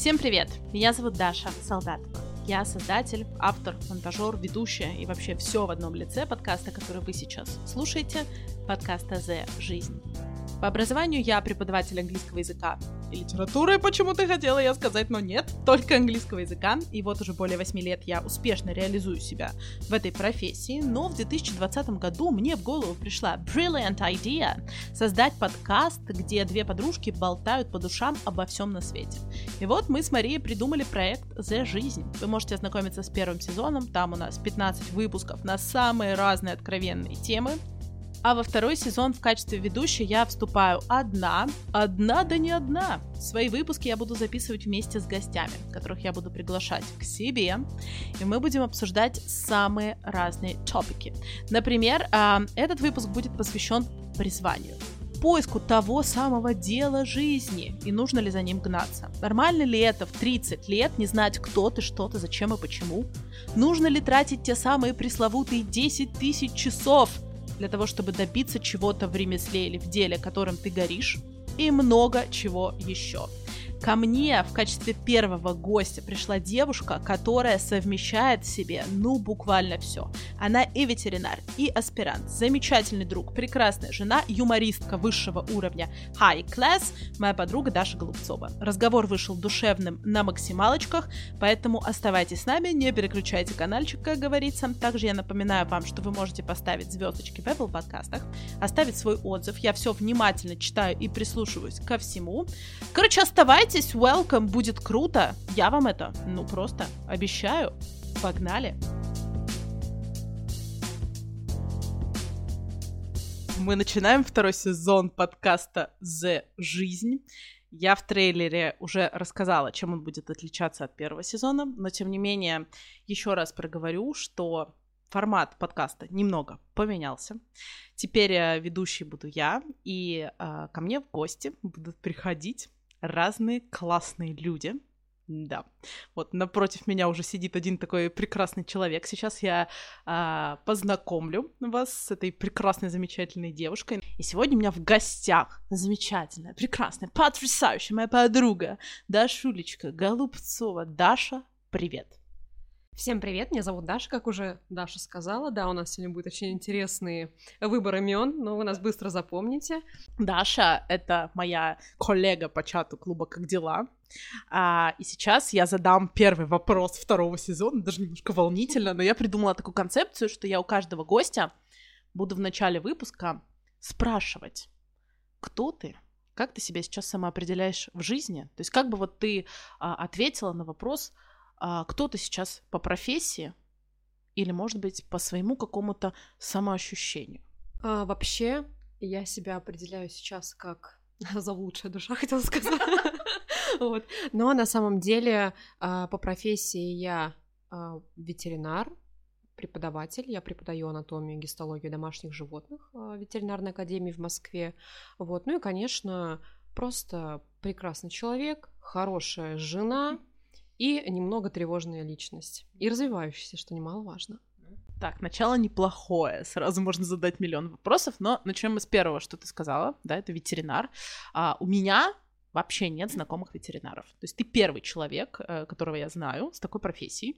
Всем привет! Меня зовут Даша Солдатова. Я создатель, автор, монтажер, ведущая и вообще все в одном лице подкаста, который вы сейчас слушаете, подкаста «The Жизнь». По образованию я преподаватель английского языка и литературы, почему-то хотела я сказать, но нет, только английского языка. И вот уже более 8 лет я успешно реализую себя в этой профессии, но в 2020 году мне в голову пришла brilliant idea создать подкаст, где две подружки болтают по душам обо всем на свете. И вот мы с Марией придумали проект «The Жизнь». Вы можете ознакомиться с первым сезоном, там у нас 15 выпусков на самые разные откровенные темы. А во второй сезон в качестве ведущей я вступаю одна, да не одна. Свои выпуски я буду записывать вместе с гостями, которых я буду приглашать к себе, и мы будем обсуждать самые разные топики. Например, этот выпуск будет посвящен призванию, поиску того самого дела жизни, и нужно ли за ним гнаться. Нормально ли это в 30 лет не знать, кто ты, что ты, зачем и почему? Нужно ли тратить те самые пресловутые 10 тысяч часов для того, чтобы добиться чего-то в ремесле или в деле, которым ты горишь, и много чего еще. Ко мне в качестве первого гостя пришла девушка, которая совмещает в себе, буквально все. Она и ветеринар, и аспирант, замечательный друг, прекрасная жена, юмористка высшего уровня high class, моя подруга Даша Голубцова. Разговор вышел душевным на максималочках, поэтому оставайтесь с нами, не переключайте канальчик, как говорится. Также я напоминаю вам, что вы можете поставить звездочки в Apple подкастах, оставить свой отзыв. Я все внимательно читаю и прислушиваюсь ко всему. Короче, оставайтесь. Welcome, будет круто. Я вам это, просто обещаю. Погнали. Мы начинаем второй сезон подкаста «The Жизнь». Я в трейлере уже рассказала, чем он будет отличаться от первого сезона, но тем не менее еще раз проговорю, что формат подкаста немного поменялся. Теперь ведущей буду я, и ко мне в гости будут приходить разные классные люди. Да. Вот напротив меня уже сидит один такой прекрасный человек. Сейчас я познакомлю вас с этой прекрасной, замечательной девушкой. И сегодня у меня в гостях замечательная, прекрасная, потрясающая моя подруга Дашулечка Голубцова. Даша, привет! Всем привет, меня зовут Даша, как уже Даша сказала. Да, у нас сегодня будет очень интересный выбор имен, но вы нас быстро запомните. Даша — это моя коллега по чату клуба «Как дела?». И сейчас я задам первый вопрос второго сезона, даже немножко волнительно, но я придумала такую концепцию, что я у каждого гостя буду в начале выпуска спрашивать, кто ты, как ты себя сейчас самоопределяешь в жизни. То есть как бы вот ты ответила на вопрос, кто ты сейчас по профессии или, может быть, по своему какому-то самоощущению? Вообще, я себя определяю сейчас как заблудшая душа, хотела сказать. Вот. Но на самом деле по профессии я ветеринар, преподаватель. Я преподаю анатомию и гистологию домашних животных в ветеринарной академии в Москве. Вот. Ну и, конечно, просто прекрасный человек, хорошая жена и немного тревожная личность. И развивающаяся, что немаловажно. Так, начало неплохое. Сразу можно задать миллион вопросов, но начнем мы с первого, что ты сказала. Да, это ветеринар. У меня вообще нет знакомых ветеринаров. То есть ты первый человек, которого я знаю, с такой профессией.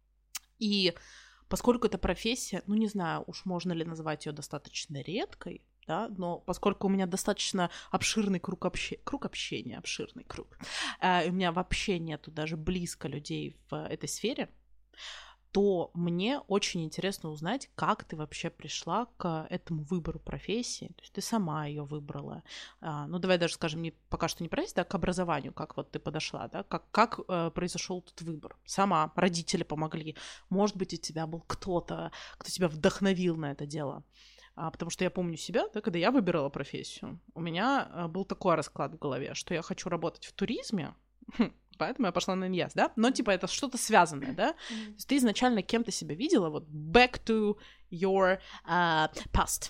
И поскольку эта профессия, не знаю, уж можно ли назвать ее достаточно редкой, да, но поскольку у меня достаточно обширный круг общения, обширный круг, и у меня вообще нету даже близко людей в этой сфере, то мне очень интересно узнать, как ты вообще пришла к этому выбору профессии. То есть ты сама ее выбрала. Давай даже скажем, пока что не профессия, да, к образованию, как вот ты подошла, да, как произошел этот выбор. Сама, родители помогли. Может быть, у тебя был кто-то, кто тебя вдохновил на это дело. Потому что я помню себя, да, когда я выбирала профессию, у меня был такой расклад в голове, что я хочу работать в туризме, поэтому я пошла на ИНЯС, да, но типа это что-то связанное, да, то есть ты изначально кем-то себя видела, вот back to your past.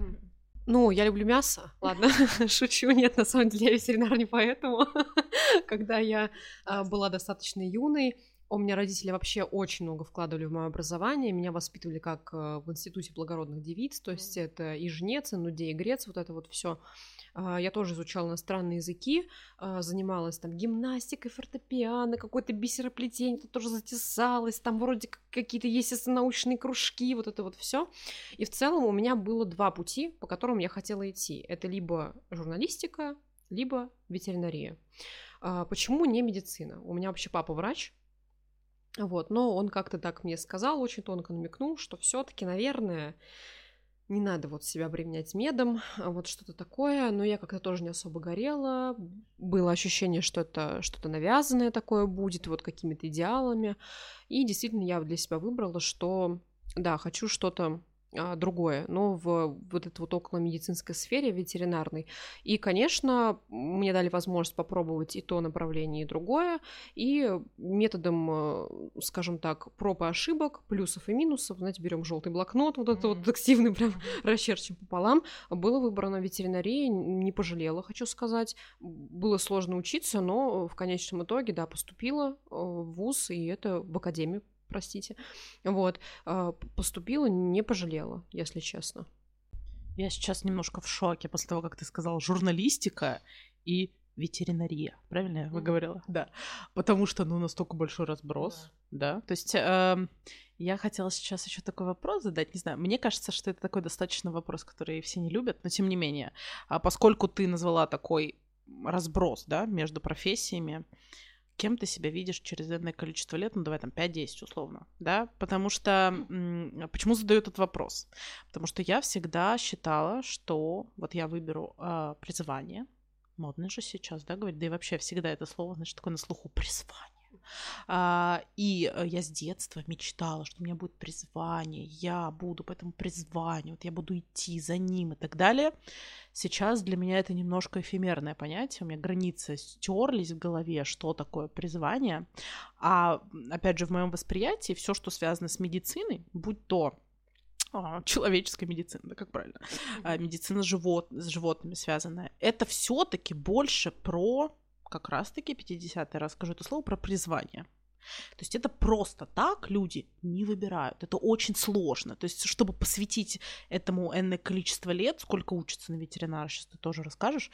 Я люблю мясо, ладно, шучу, нет, на самом деле я ветеринар не поэтому. Когда я была достаточно юной, у меня родители вообще очень много вкладывали в мое образование, меня воспитывали как в институте благородных девиц, то есть это и жнец, и нудей, и грец, вот это вот все. Я тоже изучала иностранные языки, занималась там гимнастикой, фортепиано, какое-то бисероплетение, тут тоже затесалась, там вроде какие-то естественно-научные кружки, вот это вот все. И в целом у меня было 2 пути, по которым я хотела идти. Это либо журналистика, либо ветеринария. Почему не медицина? У меня вообще папа врач, вот, но он как-то так мне сказал, очень тонко намекнул, что все-таки, наверное, не надо вот себя обременять медом, вот что-то такое, но я как-то тоже не особо горела, было ощущение, что это что-то навязанное такое будет, вот какими-то идеалами, и действительно я для себя выбрала, что, да, хочу что-то другое, но в вот этой вот околомедицинской сфере, ветеринарной. И, конечно, мне дали возможность попробовать и то направление, и другое, и методом, скажем так, проб и ошибок, плюсов и минусов, знаете, берем желтый блокнот, вот этот вот активный, прям расчерчен пополам, было выбрано ветеринария, не пожалела, хочу сказать. Было сложно учиться, но в конечном итоге, да, поступила в вуз, и это в академию, простите, вот, поступила, не пожалела, если честно. Я сейчас немножко в шоке после того, как ты сказала журналистика и ветеринария, правильно я выговорила? Да, потому что, настолько большой разброс, да, то есть я хотела сейчас еще такой вопрос задать, не знаю, мне кажется, что это такой достаточно вопрос, который все не любят, но тем не менее, поскольку ты назвала такой разброс, да, между профессиями, кем ты себя видишь через энное количество лет, давай там 5-10 условно, да, потому что, почему задаю этот вопрос? Потому что я всегда считала, что вот я выберу призвание, модно же сейчас, да, говорить, да и вообще всегда это слово, значит, такое на слуху, призвание. И я с детства мечтала, что у меня будет призвание, я буду по этому призванию, вот я буду идти за ним и так далее. Сейчас для меня это немножко эфемерное понятие, у меня границы стерлись в голове, что такое призвание. А опять же, в моем восприятии все, что связано с медициной, будь то человеческая медицина, да, как правильно, медицина с животными связанная, это все-таки больше про, как раз-таки 50-й раз скажу это слово, про призвание. То есть это просто так люди не выбирают. Это очень сложно. То есть чтобы посвятить этому энное количество лет, сколько учатся на ветеринара, сейчас ты тоже расскажешь,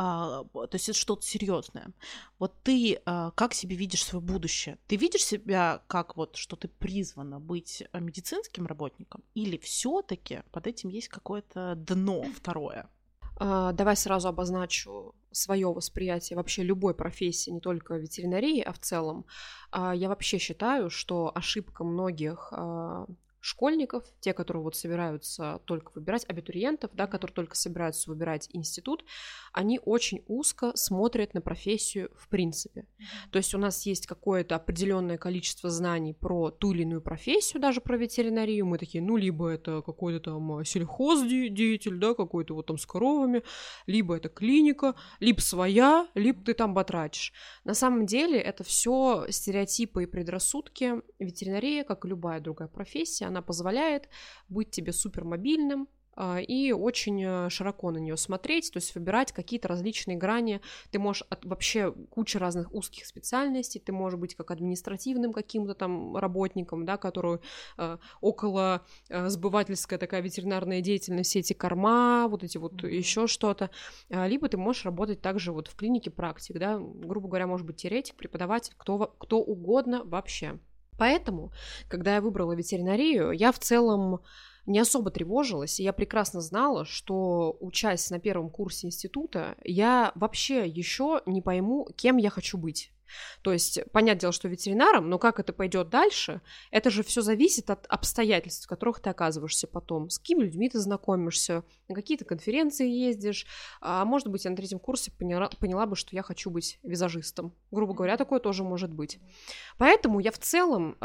то есть это что-то серьезное. Вот ты как себе видишь свое будущее? Ты видишь себя как вот, что ты призвана быть медицинским работником? Или все-таки под этим есть какое-то дно второе? Давай сразу обозначу свое восприятие вообще любой профессии, не только ветеринарии, а в целом. Я вообще считаю, что ошибка многих школьников, те, которые вот собираются только выбирать, абитуриентов, да, которые только собираются выбирать институт, они очень узко смотрят на профессию в принципе. То есть у нас есть какое-то определенное количество знаний про ту или иную профессию, даже про ветеринарию. Мы такие, либо это какой-то там сельхоздеятель, да, какой-то вот там с коровами, либо это клиника, либо своя, либо ты там батрачишь. На самом деле это все стереотипы и предрассудки. Ветеринария, как и любая другая профессия, она позволяет быть тебе супермобильным и очень широко на нее смотреть, то есть выбирать какие-то различные грани. Ты можешь вообще куча разных узких специальностей, ты можешь быть как административным каким-то там работником, да, который около сбывательская такая ветеринарная деятельность, все эти корма, вот эти вот еще что-то, либо ты можешь работать также вот в клинике практик, да, грубо говоря, может быть теоретик, преподаватель, кто угодно вообще. Поэтому, когда я выбрала ветеринарию, я в целом не особо тревожилась, и я прекрасно знала, что, учась на первом курсе института, я вообще еще не пойму, кем я хочу быть. То есть, понятное дело, что ветеринаром, но как это пойдет дальше, это же все зависит от обстоятельств, в которых ты оказываешься потом, с какими людьми ты знакомишься, на какие-то конференции ездишь, а может быть, я на третьем курсе поняла бы, что я хочу быть визажистом. Грубо говоря, такое тоже может быть. Поэтому я в целом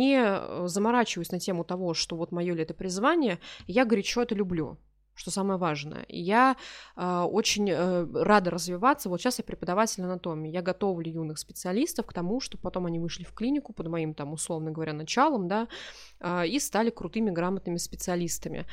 не заморачиваюсь на тему того, что вот мое ли это призвание, я горячо это люблю. Что самое важное. Я очень рада развиваться. Вот сейчас я преподаватель анатомии. Я готовлю юных специалистов к тому, чтобы потом они вышли в клинику под моим, там, условно говоря, началом, да, и стали крутыми, грамотными специалистами.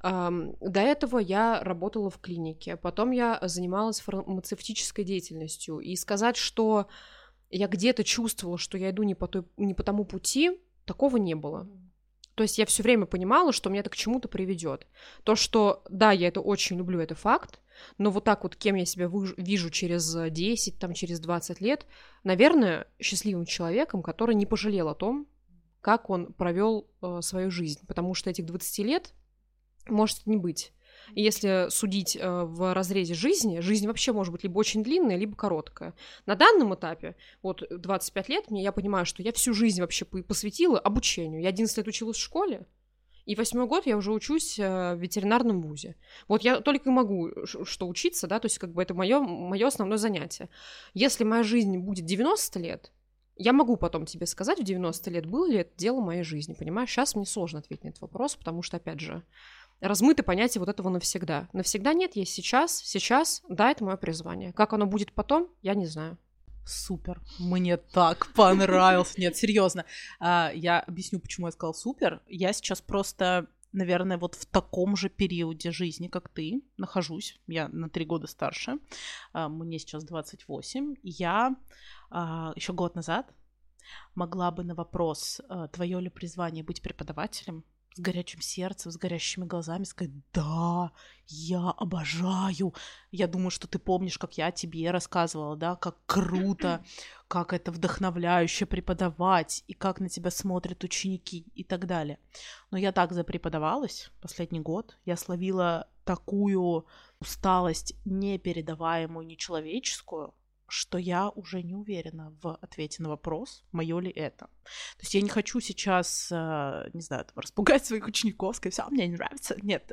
До этого я работала в клинике. Потом я занималась фармацевтической деятельностью. И сказать, что я где-то чувствовала, что я иду не по тому пути, такого не было. То есть я все время понимала, что меня это к чему-то приведет. То, что, да, я это очень люблю, это факт, Но вот так вот, кем я себя вижу через 10, там, через 20 лет, наверное, счастливым человеком, который не пожалел о том, как он провел свою жизнь, потому что этих 20 лет может не быть. И если судить в разрезе жизни, жизнь вообще может быть либо очень длинная, либо короткая. На данном этапе, вот 25 лет мне, я понимаю, что я всю жизнь вообще посвятила обучению. Я 11 лет училась в школе, и 8-й год я уже учусь в ветеринарном вузе. Вот я только и могу что учиться, да, то есть как бы это мое основное занятие. Если моя жизнь будет 90 лет, я могу потом тебе сказать, в 90 лет было ли это дело моей жизни, понимаешь? Сейчас мне сложно ответить на этот вопрос, потому что, опять же, размыты понятия вот этого навсегда. Навсегда нет, есть сейчас, да, это мое призвание. Как оно будет потом, я не знаю. Супер, мне так понравился. Нет, серьезно, я объясню, почему я сказала супер. Я сейчас просто, наверное, вот в таком же периоде жизни, как ты, нахожусь. Я на 3 года старше, мне сейчас 28. И я еще год назад могла бы на вопрос, твое ли призвание быть преподавателем, с горячим сердцем, с горящими глазами сказать: да, я обожаю. Я думаю, что ты помнишь, как я тебе рассказывала, да, как круто, как это вдохновляюще преподавать, и как на тебя смотрят ученики и так далее. Но я так запреподавалась последний год, я словила такую усталость непередаваемую, нечеловеческую, что я уже не уверена в ответе на вопрос, моё ли это. То есть я не хочу сейчас, не знаю, там, распугать своих учеников, сказать: всё, мне не нравится. Нет,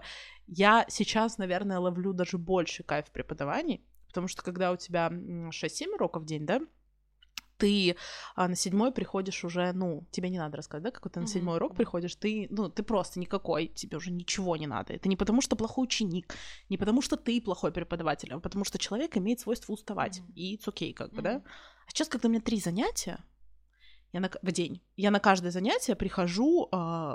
я сейчас, наверное, ловлю даже больше кайф в преподавании, потому что когда у тебя 6-7 уроков в день, да, ты на 7-й приходишь уже, ну, тебе не надо рассказывать, да, какой ты на 7-й урок приходишь, ты просто никакой, тебе уже ничего не надо. Это не потому, что плохой ученик, не потому, что ты плохой преподаватель, а потому что человек имеет свойство уставать, и it's okay, как бы, да. А сейчас, когда у меня 3 занятия в день, я на каждое занятие прихожу,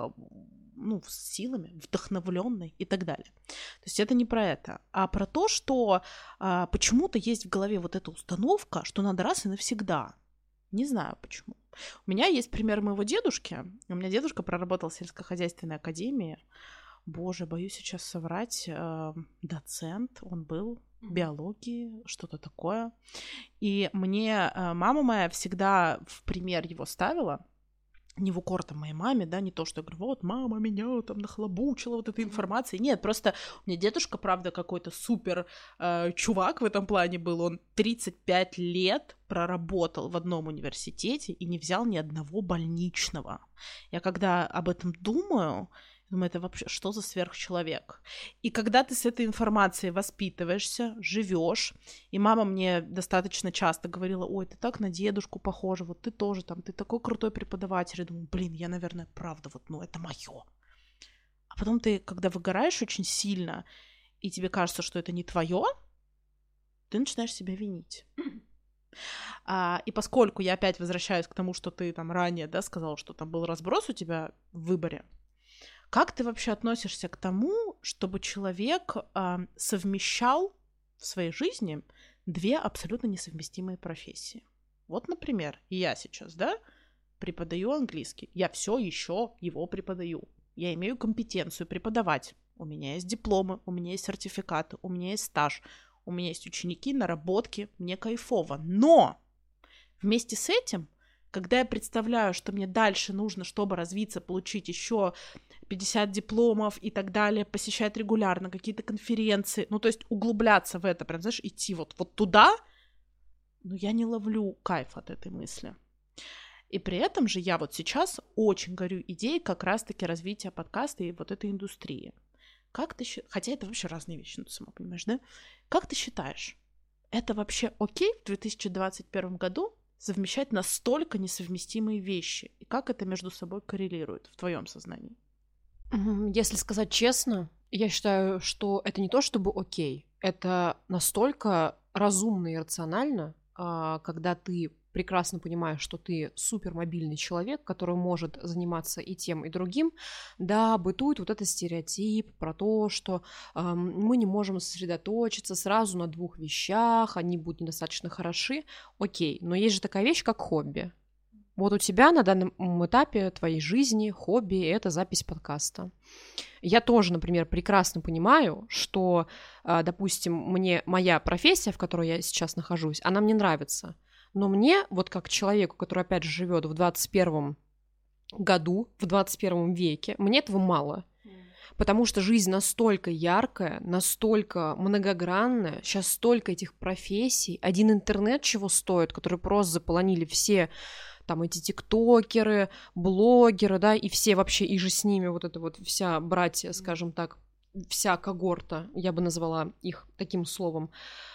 ну, с силами, вдохновлённой и так далее. То есть это не про это, а про то, что почему-то есть в голове вот эта установка, что надо раз и навсегда. Не знаю почему. У меня есть пример моего дедушки. У меня дедушка проработал в сельскохозяйственной академии. Боже, боюсь сейчас соврать. Доцент он был биологии, что-то такое. И мне мама моя всегда в пример его ставила. Не в укор там моей маме, да, не то, что я говорю: вот, мама меня там нахлобучила вот этой информацией. Нет, просто у меня дедушка, правда, какой-то супер чувак в этом плане был. Он 35 лет проработал в одном университете и не взял ни одного больничного. Я когда об этом думаю, это вообще что за сверхчеловек? И когда ты с этой информацией воспитываешься, живешь, и мама мне достаточно часто говорила: ой, ты так на дедушку похожа, вот ты тоже там, ты такой крутой преподаватель. Я думаю: блин, я, наверное, правда, вот, ну, это моё. А потом ты, когда выгораешь очень сильно, и тебе кажется, что это не твоё, ты начинаешь себя винить. И поскольку я опять возвращаюсь к тому, что ты там ранее, да, сказала, что там был разброс у тебя в выборе, как ты вообще относишься к тому, чтобы человек совмещал в своей жизни 2 абсолютно несовместимые профессии? Вот, например, я сейчас, да, преподаю английский. Я все еще его преподаю. Я имею компетенцию преподавать. У меня есть дипломы, у меня есть сертификаты, у меня есть стаж, у меня есть ученики, наработки, мне кайфово. Но вместе с этим, когда я представляю, что мне дальше нужно, чтобы развиться, получить еще 50 дипломов и так далее, посещать регулярно какие-то конференции, ну, то есть углубляться в это, прям, знаешь, идти вот туда, но я не ловлю кайф от этой мысли. И при этом же я вот сейчас очень горю идеей как раз-таки развития подкаста и вот этой индустрии. Как ты считаешь, хотя это вообще разные вещи, ну, ты сама понимаешь, да? Как ты считаешь, это вообще окей в 2021 году совмещать настолько несовместимые вещи? И как это между собой коррелирует в твоем сознании? Если сказать честно, я считаю, что это не то чтобы окей, это настолько разумно и рационально, когда ты прекрасно понимаешь, что ты супермобильный человек, который может заниматься и тем, и другим. Да, бытует вот этот стереотип про то, что мы не можем сосредоточиться сразу на 2 вещах, они будут недостаточно хороши. Окей, но есть же такая вещь, как хобби. Вот у тебя на данном этапе твоей жизни хобби — это запись подкаста. Я тоже, например, прекрасно понимаю, что, допустим, мне моя профессия, в которой я сейчас нахожусь, она мне нравится. Но мне, вот как человеку, который, опять же, живет в 21 году, в 21 веке, мне этого мало. Потому что жизнь настолько яркая, настолько многогранная, сейчас столько этих профессий, один интернет чего стоит, который просто заполонили все там эти тиктокеры, блогеры, да, и все вообще, и же с ними вот эта вот вся братья, скажем так, вся когорта, я бы назвала их таким словом,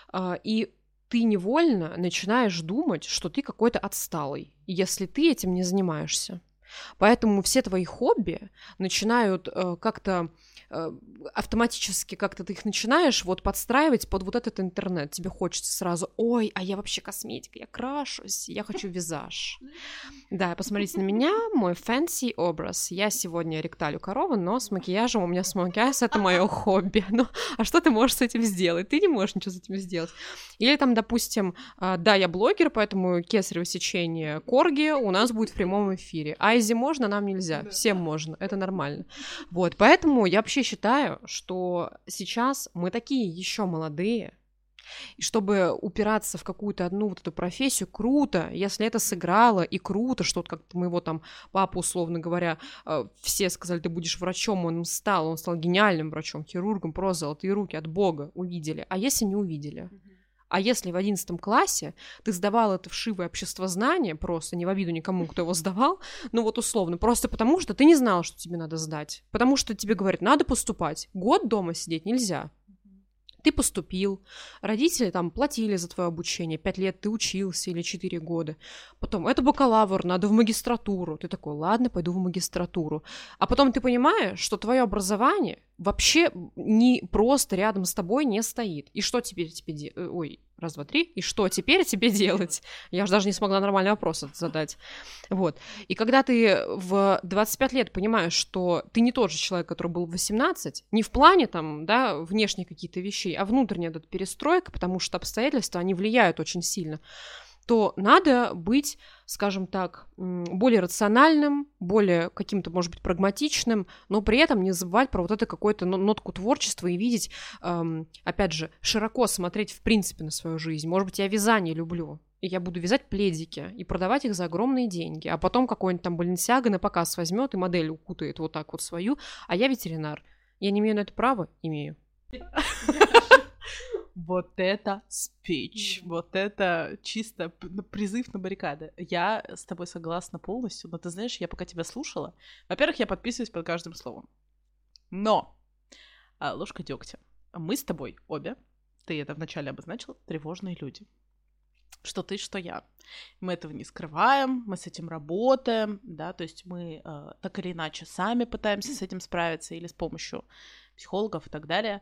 и ты невольно начинаешь думать, что ты какой-то отсталый, если ты этим не занимаешься. Поэтому все твои хобби начинают как-то автоматически как-то ты их начинаешь вот подстраивать под вот этот интернет. Тебе хочется сразу: ой, а я вообще косметика, я крашусь, я хочу визаж. Да, посмотрите на меня, мой fancy образ. Я сегодня ректалю корову, но с макияжем у меня смоки-айс — это мое хобби. Ну, а что ты можешь с этим сделать? Ты не можешь ничего с этим сделать. Или там, допустим, да, я блогер, поэтому кесарево сечение корги у нас будет в прямом эфире. Айзи можно, нам нельзя. Всем можно, это нормально. Вот, поэтому я вообще считаю, что сейчас мы такие еще молодые, и чтобы упираться в какую-то одну вот эту профессию, круто, если это сыграло, и круто, что вот как моего там папу, условно говоря, все сказали: ты будешь врачом, он стал гениальным врачом, хирургом, просто золотые руки от Бога увидели. А если не увидели? А если в 11 классе ты сдавал это вшивое обществознание, просто не в обиду никому, кто его сдавал, ну вот условно, просто потому что ты не знал, что тебе надо сдать, потому что тебе говорят: надо поступать, год дома сидеть нельзя. Ты поступил, родители там платили за твое обучение, 5 лет ты учился или 4 года. Потом: это бакалавр, надо в магистратуру. Ты такой: ладно, пойду в магистратуру. А потом ты понимаешь, что твое образование вообще не просто рядом с тобой не стоит. И что теперь тебе делать? Ой, раз, два, три. И что теперь тебе делать? Я же даже не смогла нормальный вопрос задать. Вот. И когда ты в 25 лет понимаешь, что ты не тот же человек, который был в 18, не в плане там, да, внешних каких-то вещей, а внутренняя эта перестройка, потому что обстоятельства, они влияют очень сильно, то надо быть, скажем так, более рациональным, более каким-то, может быть, прагматичным, но при этом не забывать про вот это какую-то нотку творчества и видеть, опять же, широко смотреть в принципе на свою жизнь. Может быть, я вязание люблю, и я буду вязать пледики и продавать их за огромные деньги, а потом какой-нибудь там Balenciaga на показ возьмет и модель укутает вот так вот свою, а я ветеринар. Я не имею на это права? Имею. Вот это спич, вот это чисто призыв на баррикады. Я с тобой согласна полностью, но ты знаешь, я пока тебя слушала, во-первых, я подписываюсь под каждым словом. Но, ложка дегтя, мы с тобой обе, ты это вначале обозначила, тревожные люди. Что ты, что я. Мы этого не скрываем, мы с этим работаем, да, то есть мы так или иначе сами пытаемся с этим справиться или с помощью психологов и так далее.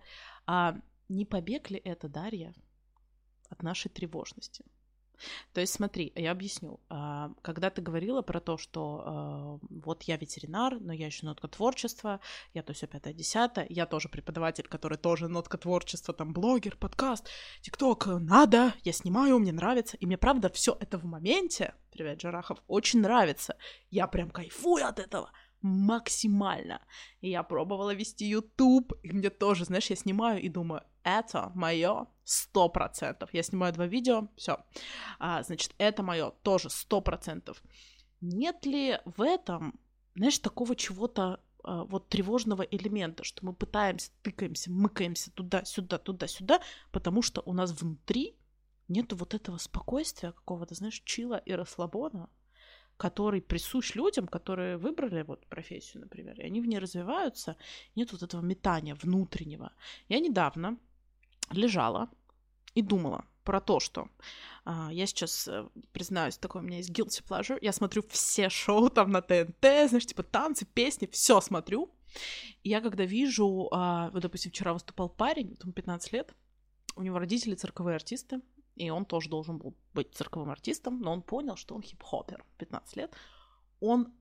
Не побег ли это, Дарья, от нашей тревожности? То есть смотри, я объясню. Когда ты говорила про то, что вот я ветеринар, но я еще нотка творчества, я то все 5-10, я тоже преподаватель, который тоже нотка творчества, там блогер, подкаст, тикток, надо, я снимаю, мне нравится. И мне правда все это в моменте, привет, Джарахов, очень нравится. Я прям кайфую от этого. Максимально. И я пробовала вести YouTube, и мне тоже, знаешь, я снимаю и думаю: это мое 100%. Я снимаю 2 видео, все. Значит, это мое тоже 100%. Нет ли в этом, знаешь, такого чего-то вот тревожного элемента, что мы пытаемся, тыкаемся, мыкаемся туда-сюда, потому что у нас внутри нету вот этого спокойствия, какого-то, знаешь, чила и расслабона, который присущ людям, которые выбрали вот профессию, например, и они в ней развиваются, нет вот этого метания внутреннего. Я недавно лежала и думала про то, что я сейчас, признаюсь, такой у меня есть guilty pleasure, я смотрю все шоу там на ТНТ, знаешь, типа танцы, песни, все смотрю. И я когда вижу, вот, допустим, вчера выступал парень, ему 15 лет, у него родители цирковые артисты, и он тоже должен был быть цирковым артистом, но он понял, что он хип-хопер. 15 лет. Он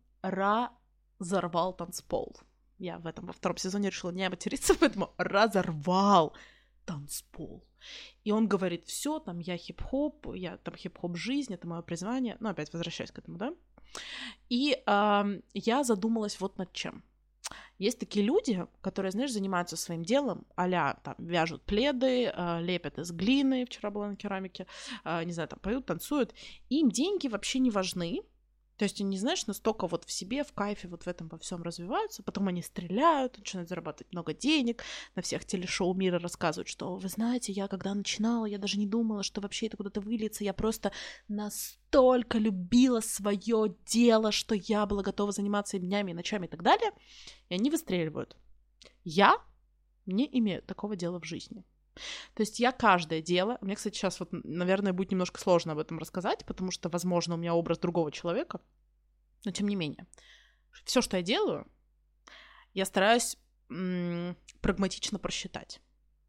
разорвал танцпол. Я во 2-м сезоне решила не материться, поэтому разорвал танцпол. И он говорит: все, там я хип-хоп, я там хип-хоп жизнь, это мое призвание. Ну, опять возвращаюсь к этому, да? И я задумалась вот над чем. Есть такие люди, которые, знаешь, занимаются своим делом, а-ля там вяжут пледы, лепят из глины, вчера была на керамике, не знаю, там поют, танцуют. Им деньги вообще не важны. То есть они, знаешь, настолько вот в себе, в кайфе вот в этом во всем развиваются, потом они стреляют, начинают зарабатывать много денег, на всех телешоу мира рассказывают, что, вы знаете, я когда начинала, я даже не думала, что вообще это куда-то выльется, я просто настолько любила свое дело, что я была готова заниматься и днями, и ночами и так далее, и они выстреливают. Я не имею такого дела в жизни. То есть я каждое дело... Мне, кстати, сейчас вот, наверное, будет немножко сложно об этом рассказать, потому что, возможно, у меня образ другого человека, но тем не менее. Все, что я делаю, я стараюсь прагматично просчитать.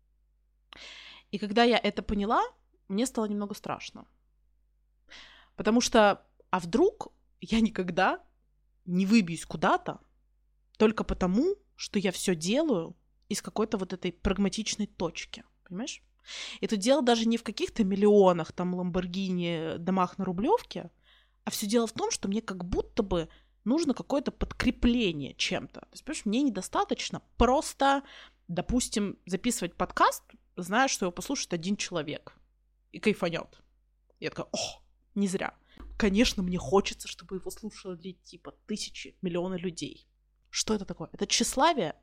И когда я это поняла, мне стало немного страшно. Потому что, а вдруг я никогда не выбьюсь куда-то только потому, что я все делаю из какой-то вот этой прагматичной точки. Понимаешь? И тут дело даже не в каких-то миллионах, там, Ламборгини, домах на Рублевке, а все дело в том, что мне как будто бы нужно какое-то подкрепление чем-то. То есть, понимаешь, мне недостаточно просто, допустим, записывать подкаст, зная, что его послушает один человек и кайфанет. Я такая, не зря. Конечно, мне хочется, чтобы его слушали типа тысячи, миллионы людей. Что это такое? Это тщеславие?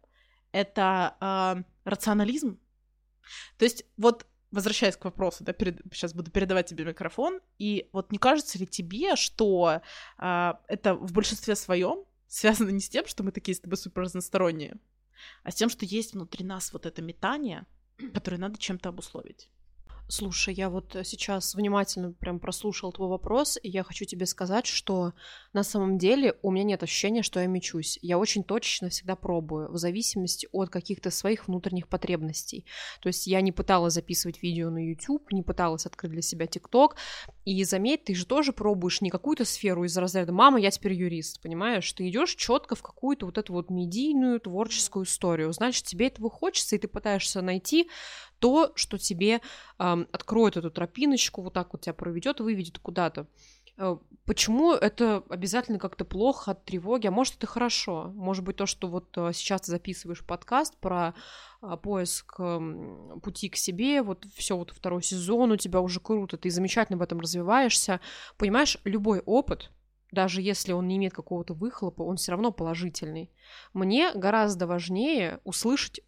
Это рационализм? То есть, вот, возвращаясь к вопросу, да, сейчас буду передавать тебе микрофон, и вот не кажется ли тебе, что это в большинстве своем связано не с тем, что мы такие с тобой супер разносторонние, а с тем, что есть внутри нас вот это метание, которое надо чем-то обусловить? Слушай, я вот сейчас внимательно прям прослушала твой вопрос, и я хочу тебе сказать, что на самом деле у меня нет ощущения, что я мечусь. Я очень точечно всегда пробую, в зависимости от каких-то своих внутренних потребностей. То есть я не пыталась записывать видео на YouTube, не пыталась открыть для себя TikTok, и заметь, ты же тоже пробуешь не какую-то сферу из разряда «мама, я теперь юрист», понимаешь? Ты идешь четко в какую-то вот эту вот медийную, творческую историю. Значит, тебе этого хочется, и ты пытаешься найти то, что тебе откроет эту тропиночку, вот так вот тебя проведет, выведет куда-то. Почему это обязательно как-то плохо от тревоги? А может, это хорошо? Может быть, то, что вот сейчас ты записываешь подкаст про поиск пути к себе, вот все вот второй сезон у тебя уже круто, ты замечательно в этом развиваешься. Понимаешь, любой опыт, даже если он не имеет какого-то выхлопа, он все равно положительный. Мне гораздо важнее услышать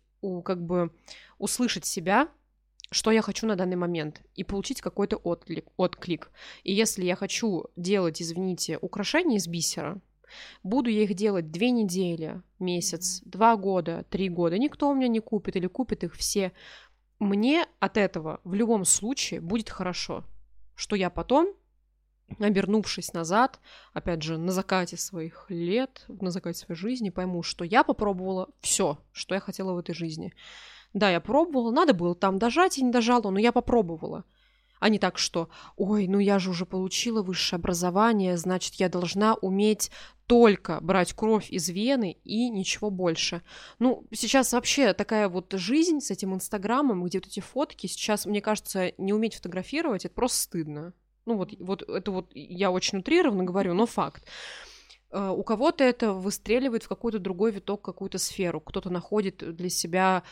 себя, что я хочу на данный момент, и получить какой-то отклик. И если я хочу делать, извините, украшения из бисера, буду я их делать 2 недели, месяц, 2 года, 3 года, никто у меня не купит или купит их все. Мне от этого в любом случае будет хорошо, что я потом, обернувшись назад, опять же, на закате своих лет, на закате своей жизни, пойму, что я попробовала все, что я хотела в этой жизни. Да, я пробовала, надо было там дожать, и не дожала, но я попробовала. А не так, что, ой, ну я же уже получила высшее образование, значит, я должна уметь только брать кровь из вены и ничего больше. Ну, сейчас вообще такая вот жизнь с этим Инстаграмом, где вот эти фотки, сейчас, мне кажется, не уметь фотографировать, это просто стыдно. Ну, вот это вот я очень утрированно говорю, но факт. У кого-то это выстреливает в какой-то другой виток, какую-то сферу. Кто-то находит для себя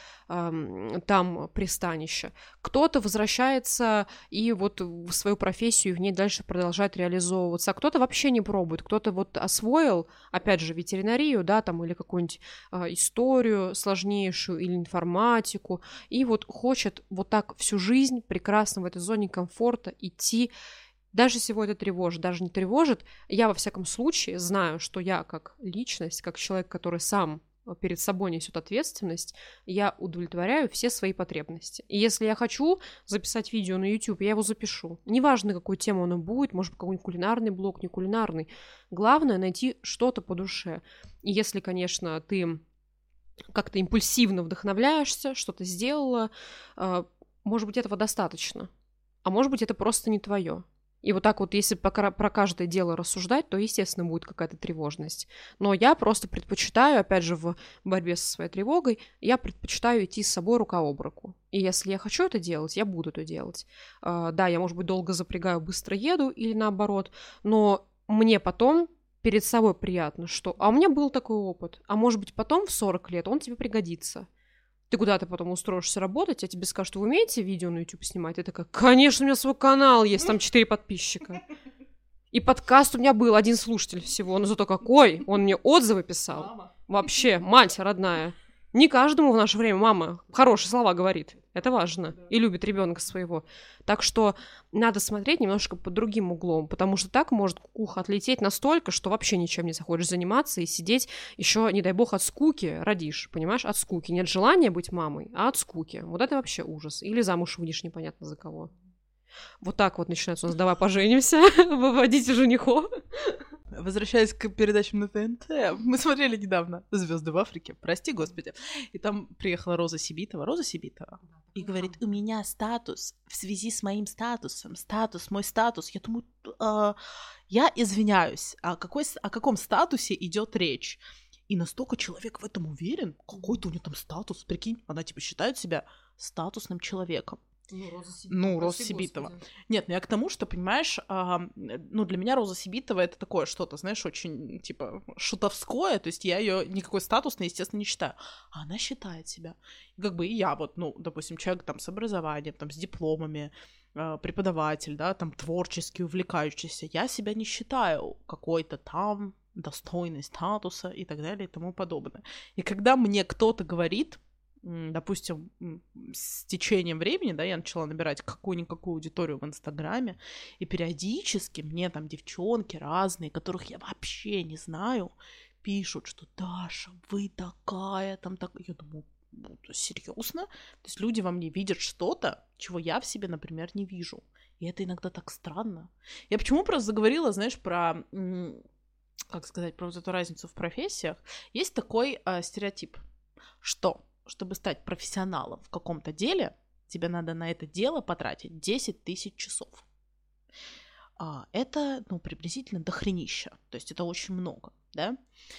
там пристанище. Кто-то возвращается и вот в свою профессию в ней дальше продолжает реализовываться. А кто-то вообще не пробует. Кто-то вот освоил, опять же, ветеринарию, да, там, или какую-нибудь историю сложнейшую, или информатику, и вот хочет вот так всю жизнь прекрасно в этой зоне комфорта идти. Даже если его это тревожит, даже не тревожит, я во всяком случае знаю, что я как личность, как человек, который сам перед собой несет ответственность, я удовлетворяю все свои потребности. И если я хочу записать видео на YouTube, я его запишу. Неважно, какую тему оно будет, может быть, какой-нибудь кулинарный блог, не кулинарный. Главное найти что-то по душе. И если, конечно, ты как-то импульсивно вдохновляешься, что-то сделала, может быть, этого достаточно. А может быть, это просто не твое. И вот так вот, если про каждое дело рассуждать, то, естественно, будет какая-то тревожность. Но я просто предпочитаю, опять же, в борьбе со своей тревогой, я предпочитаю идти с собой рука об руку. И если я хочу это делать, я буду это делать. Да, я, может быть, долго запрягаю, быстро еду или наоборот, но мне потом перед собой приятно, что «а у меня был такой опыт, а может быть потом в 40 лет он тебе пригодится». Ты куда-то потом устроишься работать, а тебе скажут, вы умеете видео на YouTube снимать? Ты такая, конечно, у меня свой канал есть, там 4 подписчика. И подкаст у меня был, 1 слушатель всего, но зато какой, он мне отзывы писал. Мама. Вообще, мать родная. Не каждому в наше время мама хорошие слова говорит. Это важно. И любит ребенка своего. Так что надо смотреть немножко под другим углом, потому что так может кукуха отлететь настолько, что вообще ничем не захочешь заниматься и сидеть еще, не дай бог, от скуки родишь, понимаешь? От скуки. Нет желания быть мамой, а от скуки. Вот это вообще ужас. Или замуж выйдешь непонятно за кого. Вот так вот начинается у нас «давай поженимся», выводите женихов. Возвращаясь к передачам на ТНТ, мы смотрели недавно «Звезды в Африке», прости господи, и там приехала Роза Сибитова, и говорит, у меня статус в связи с моим статусом, мой статус. Я думаю, я извиняюсь, о каком статусе идет речь? И настолько человек в этом уверен, какой-то у нее там статус, прикинь, она типа считает себя статусным человеком. Роза Сибитова. Нет, я к тому, что, понимаешь, для меня Роза Сибитова это такое что-то, знаешь, очень, типа, шутовское, то есть я ее никакой статусной, естественно, не считаю. А она считает себя. Как бы и я вот, допустим, человек там с образованием, там, с дипломами, преподаватель, да, там, творчески увлекающийся. Я себя не считаю какой-то там достойной статуса и так далее и тому подобное. И когда мне кто-то говорит, допустим, с течением времени, да, я начала набирать какую-никакую аудиторию в Инстаграме, и периодически мне там девчонки разные, которых я вообще не знаю, пишут, что «Даша, вы такая, там так...» Я думаю, серьезно? То есть люди во мне видят что-то, чего я в себе, например, не вижу. И это иногда так странно. Я почему просто заговорила, знаешь, про... как сказать, про вот эту разницу в профессиях. Есть такой стереотип, что... чтобы стать профессионалом в каком-то деле, тебе надо на это дело потратить 10 тысяч часов. Это, приблизительно дохренища. То есть это очень много, да?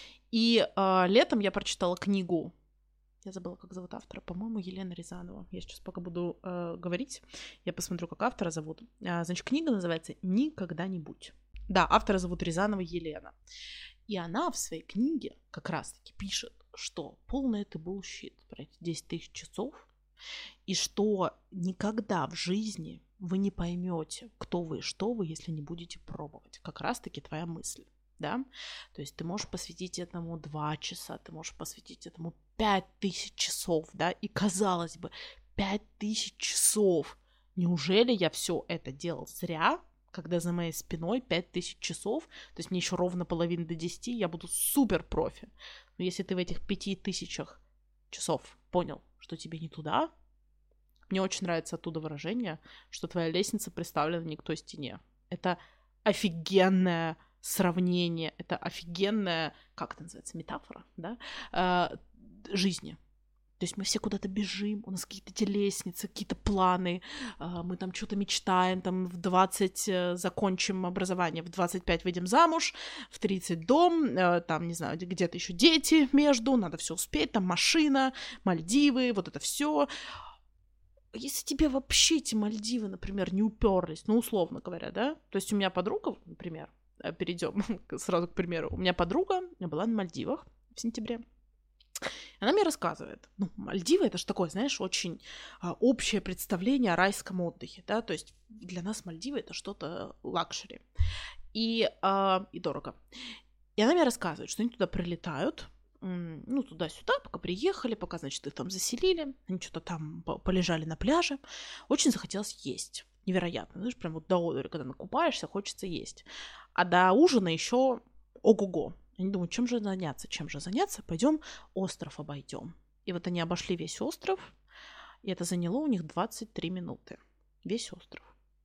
И летом я прочитала книгу, я забыла, как зовут автора, по-моему, Елена Рязанова. Я сейчас пока буду говорить, я посмотрю, как автора зовут. Значит, книга называется «Никогда не будь». Да, автора зовут Рязанова Елена. И она в своей книге как раз-таки пишет, что полный это bullshit про эти 10 тысяч часов, и что никогда в жизни вы не поймете, кто вы и что вы, если не будете пробовать. Как раз-таки твоя мысль, да? То есть ты можешь посвятить этому 2 часа, ты можешь посвятить этому 5000 часов, да? И казалось бы, 5000 часов. Неужели я все это делал зря? Когда за моей спиной 5000 часов, то есть мне еще ровно половина до 10, я буду супер профи. Но если ты в этих 5000 часов понял, что тебе не туда, мне очень нравится оттуда выражение, что твоя лестница представлена не к той стене. Это офигенное сравнение, это офигенная, как это называется, метафора, да, жизни. То есть мы все куда-то бежим, у нас какие-то эти лестницы, какие-то планы, мы там что-то мечтаем, там в 20 закончим образование, в 25 выйдем замуж, в 30 дом, там, не знаю, где-то еще дети между, надо все успеть, там машина, Мальдивы, вот это все. Если тебе вообще эти Мальдивы, например, не уперлись, условно говоря, да, то есть у меня подруга, например, перейдем сразу к примеру, у меня подруга была на Мальдивах в сентябре. Она мне рассказывает, Мальдивы — это же такое, знаешь, очень общее представление о райском отдыхе, да, то есть для нас Мальдивы — это что-то лакшери и дорого. И она мне рассказывает, что они туда прилетают, туда-сюда, пока приехали, пока, значит, их там заселили, они что-то там полежали на пляже, очень захотелось есть, невероятно, знаешь, прям вот до одури, когда накупаешься, хочется есть, а до ужина еще ого-го. Они думают, чем же заняться? Пойдем остров обойдем. И вот они обошли весь остров, и это заняло у них 23 минуты. Весь остров.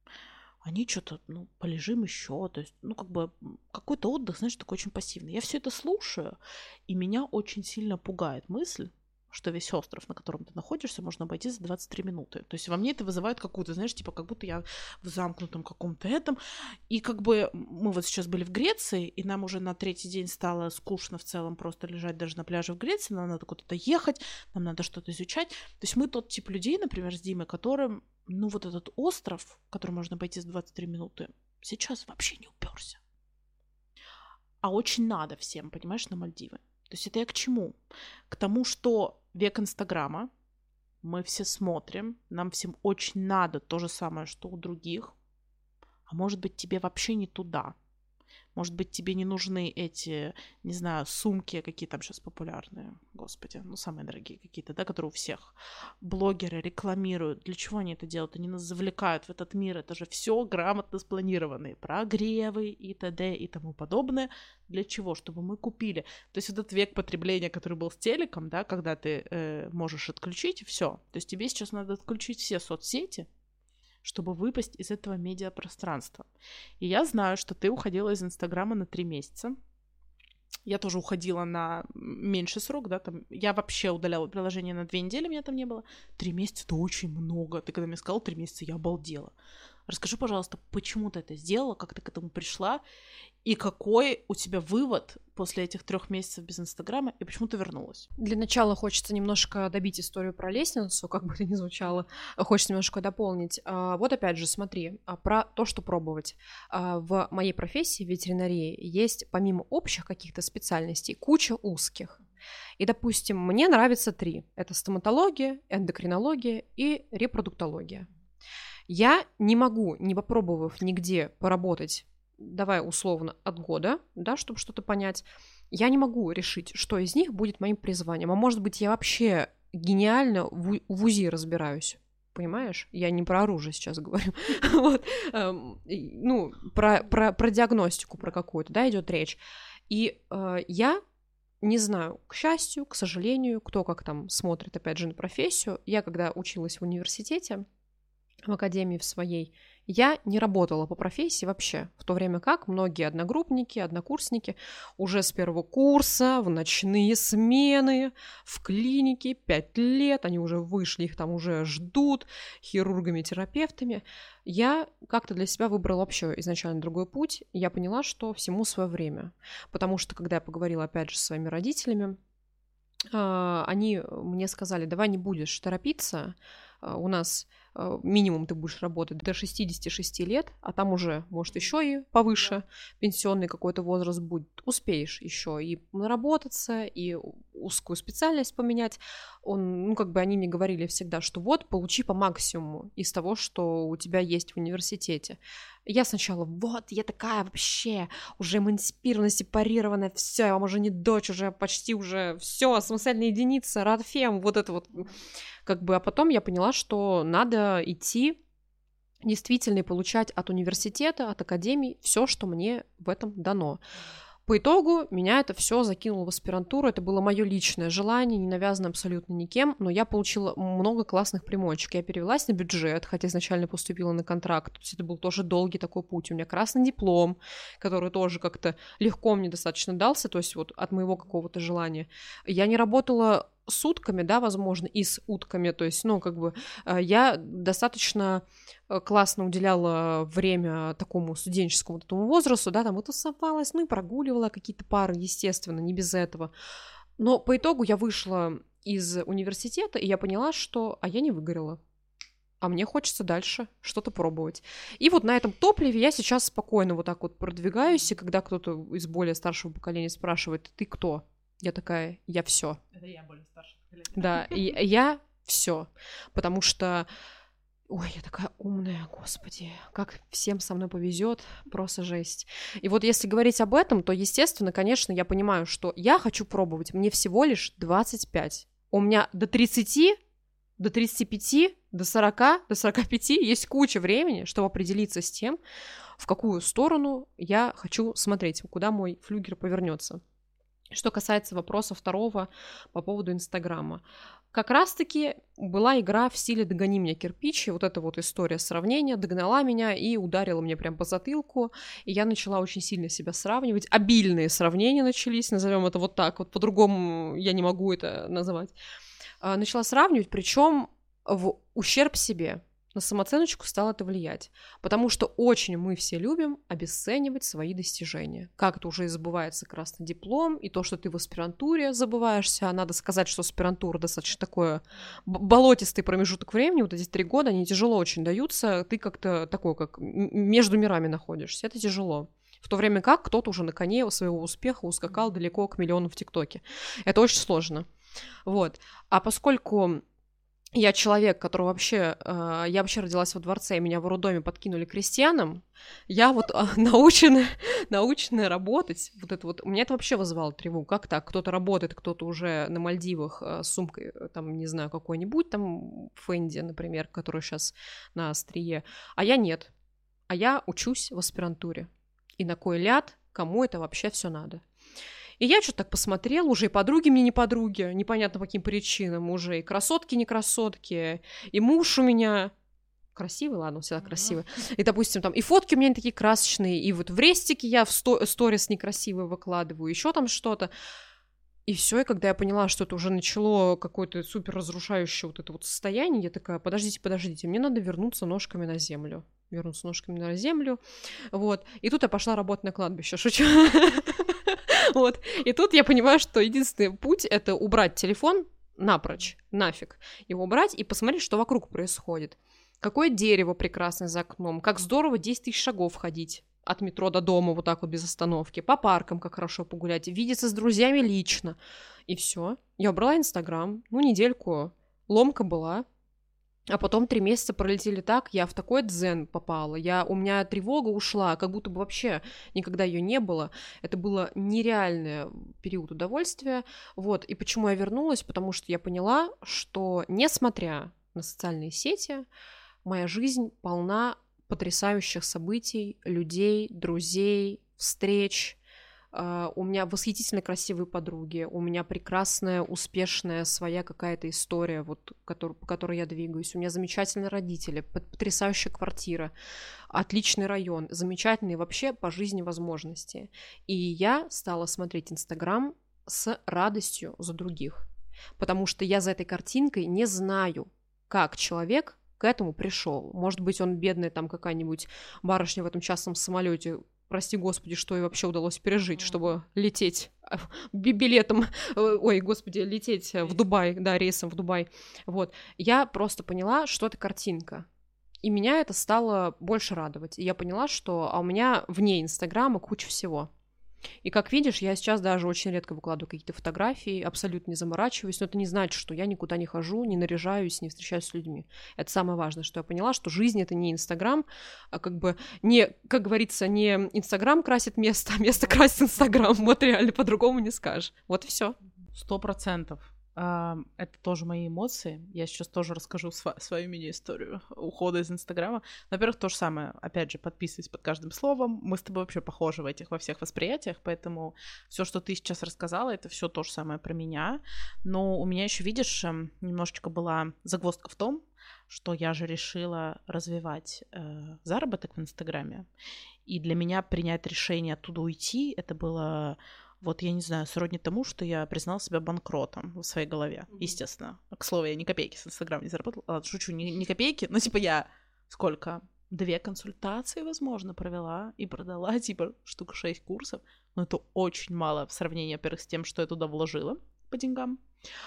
Они что-то, полежим еще. То есть, какой-то отдых, знаешь, такой очень пассивный. Я все это слушаю, и меня очень сильно пугает мысль, что весь остров, на котором ты находишься, можно обойти за 23 минуты. То есть во мне это вызывает какую-то, знаешь, типа как будто я в замкнутом каком-то этом. И мы вот сейчас были в Греции, и нам уже на 3-й день стало скучно в целом просто лежать даже на пляже в Греции, нам надо куда-то ехать, нам надо что-то изучать. То есть мы тот тип людей, например, с Димой, которым, вот этот остров, который можно обойти за 23 минуты, сейчас вообще не уперся. а очень надо всем, понимаешь, на Мальдивы. То есть это я к чему? К тому, что век Инстаграма, мы все смотрим, нам всем очень надо то же самое, что у других, а может быть, тебе вообще не туда. Может быть, тебе не нужны эти, не знаю, сумки, какие там сейчас популярные, господи, ну, самые дорогие какие-то, да, которые у всех. Блогеры рекламируют. Для чего они это делают? Они нас завлекают в этот мир. Это же все грамотно спланированные прогревы и т.д. и тому подобное. Для чего? Чтобы мы купили. То есть вот этот век потребления, который был с телеком, да, когда ты можешь отключить, и все. То есть тебе сейчас надо отключить все соцсети, чтобы выпасть из этого медиапространства. И я знаю, что ты уходила из Инстаграма на 3 месяца. Я тоже уходила на меньший срок, да, там, я вообще удаляла приложение на 2 недели, меня там не было. 3 месяца — это очень много. Ты когда мне сказала 3 месяца, я обалдела. Расскажи, пожалуйста, почему ты это сделала, как ты к этому пришла, и какой у тебя вывод после этих 3 месяцев без Инстаграма, и почему ты вернулась? Для начала хочется немножко добить историю про лестницу, как бы это ни звучало, хочется немножко дополнить. Вот опять же, смотри, про то, что пробовать. В моей профессии, в ветеринарии, есть помимо общих каких-то специальностей куча узких. И, допустим, мне нравится 3. Это стоматология, эндокринология и репродуктология. Я не могу, не попробовав нигде поработать, давай условно, от года, да, чтобы что-то понять, я не могу решить, что из них будет моим призванием. А может быть, я вообще гениально в УЗИ разбираюсь. Понимаешь? Я не про оружие сейчас говорю. Ну, про диагностику, про какую-то, да, идет речь. И я не знаю, к счастью, к сожалению, кто как там смотрит, опять же, на профессию. Я, когда училась в университете, в академии в своей, я не работала по профессии вообще, в то время как многие одногруппники, однокурсники уже с 1-го курса в ночные смены, в клинике 5 лет, они уже вышли, их там уже ждут хирургами, терапевтами. Я как-то для себя выбрала вообще изначально другой путь, я поняла, что всему свое время, потому что, когда я поговорила, опять же, со своими родителями, они мне сказали: давай не будешь торопиться, у нас минимум ты будешь работать до 66 лет, а там уже, может, еще и повыше пенсионный какой-то возраст будет. Успеешь еще и наработаться, и узкую специальность поменять. Ну, как бы они мне говорили всегда, что вот, получи по максимуму из того, что у тебя есть в университете. Я сначала, вот, я такая вообще уже эмансипированная, сепарированная, все, я вам уже не дочь, уже почти уже все, самостоятельная единица, радфем, вот это вот. Как бы, а потом я поняла, что надо идти действительно и получать от университета, от академии все, что мне в этом дано. По итогу меня это все закинуло в аспирантуру, это было мое личное желание, не навязано абсолютно никем, но я получила много классных примочек. Я перевелась на бюджет, хотя изначально поступила на контракт, то есть это был тоже долгий такой путь. У меня красный диплом, который тоже как-то легко мне достаточно дался, то есть вот от моего какого-то желания. Я не работала сутками, да, возможно, и с утками, то есть, ну, как бы я достаточно классно уделяла время такому студенческому этому возрасту, да, там и тусовалась, ну, и прогуливала какие-то пары, естественно, не без этого. Но по итогу я вышла из университета, и я поняла, что я не выгорела, а мне хочется дальше что-то пробовать. И вот на этом топливе я сейчас спокойно вот так вот продвигаюсь, и когда кто-то из более старшего поколения спрашивает: ты кто? Я такая: я все. Это я более старшее поколение. Да, и я все, потому что, ой, я такая умная, господи, как всем со мной повезет, просто жесть. И вот если говорить об этом, то, естественно, конечно, я понимаю, что я хочу пробовать, мне всего лишь 25. У меня до 30, до 35, до 40, до 45 есть куча времени, чтобы определиться с тем, в какую сторону я хочу смотреть, куда мой флюгер повернется. Что касается вопроса второго по поводу Инстаграма. Как раз-таки была игра в стиле «догони меня, кирпич», и вот эта вот история сравнения догнала меня и ударила мне прям по затылку, и я начала очень сильно себя сравнивать. Обильные сравнения начались, назовем это вот так, вот по-другому я не могу это называть. Начала сравнивать, причем в ущерб себе. На самооценочку стало это влиять, потому что очень мы все любим обесценивать свои достижения. Как это уже и забывается красный диплом, и то, что ты в аспирантуре забываешься. Надо сказать, что аспирантура достаточно такой болотистый промежуток времени, вот эти 3 года, они тяжело очень даются, ты как-то такой, как между мирами находишься, это тяжело. В то время как кто-то уже на коне своего успеха ускакал далеко к миллиону в ТикТоке. Это очень сложно. Вот. А поскольку я человек, который вообще... я вообще родилась во дворце, и меня в роддоме подкинули крестьянам, я вот наученная работать, вот это вот... Меня это вообще вызывало тревогу. Как так? Кто-то работает, кто-то уже на Мальдивах с сумкой, там, не знаю, какой-нибудь, там, Фенди, например, который сейчас на острие, а я нет. А я учусь в аспирантуре. И на кой ляд, кому это вообще все надо? И я что-то так посмотрела, уже и подруги мне не подруги, непонятно по каким причинам, уже и красотки не красотки, и муж у меня красивый, ладно, он всегда красивый, и, допустим, там, и фотки у меня не такие красочные, и вот в рестике я в сторис некрасивые выкладываю, еще там что-то. И все, и когда я поняла, что это уже начало какое-то супер разрушающее вот это вот состояние, я такая, подождите, мне надо вернуться ножками на землю. Вот. И тут я пошла работать на кладбище, шучу. Вот. И тут я понимаю, что единственный путь — это убрать телефон напрочь, нафиг. Его убрать и посмотреть, что вокруг происходит. Какое дерево прекрасное за окном, как здорово 10 тысяч шагов ходить от метро до дома вот так вот без остановки, по паркам как хорошо погулять, видеться с друзьями лично. И все. Я убрала Инстаграм, недельку, ломка была. А потом 3 месяца пролетели так, я в такой дзен попала, у меня тревога ушла, как будто бы вообще никогда ее не было. Это было нереальный период удовольствия. Вот. И почему я вернулась? Потому что я поняла, что, несмотря на социальные сети, моя жизнь полна потрясающих событий, людей, друзей, встреч. У меня восхитительно красивые подруги, у меня прекрасная, успешная своя какая-то история, вот, по которой я двигаюсь. У меня замечательные родители, потрясающая квартира, отличный район, замечательные вообще по жизни возможности. И я стала смотреть Инстаграм с радостью за других, потому что я за этой картинкой не знаю, как человек к этому пришел. Может быть, он бедный, там какая-нибудь барышня в этом частном самолете, прости господи, что ей вообще удалось пережить, чтобы лететь билетом, лететь в Дубай, да, рейсом в Дубай. Вот. Я просто поняла, что это картинка. И меня это стало больше радовать. И я поняла, что у меня вне Инстаграма куча всего. И как видишь, я сейчас даже очень редко выкладываю какие-то фотографии, абсолютно не заморачиваюсь, но это не значит, что я никуда не хожу, не наряжаюсь, не встречаюсь с людьми. Это самое важное, что я поняла, что жизнь — это не Инстаграм, а как бы не, как говорится, не Инстаграм красит место, а место красит Инстаграм. Вот реально по-другому не скажешь. Вот и все. 100%. Это тоже мои эмоции. Я сейчас тоже расскажу свою мини-историю ухода из Инстаграма. Во-первых, то же самое. Опять же, подписывайся под каждым словом. Мы с тобой вообще похожи во всех восприятиях, поэтому все, что ты сейчас рассказала, это все то же самое про меня. Но у меня еще, видишь, немножечко была загвоздка в том, что я же решила развивать заработок в Инстаграме. И для меня принять решение оттуда уйти, это было... Вот, я не знаю, сродни тому, что я признала себя банкротом в своей голове, естественно. К слову, я ни копейки с Инстаграма не заработала. Ладно, шучу, ни копейки. Но, я сколько? 2 консультации, возможно, провела и продала, штук 6 курсов. Но это очень мало в сравнении, во-первых, с тем, что я туда вложила по деньгам.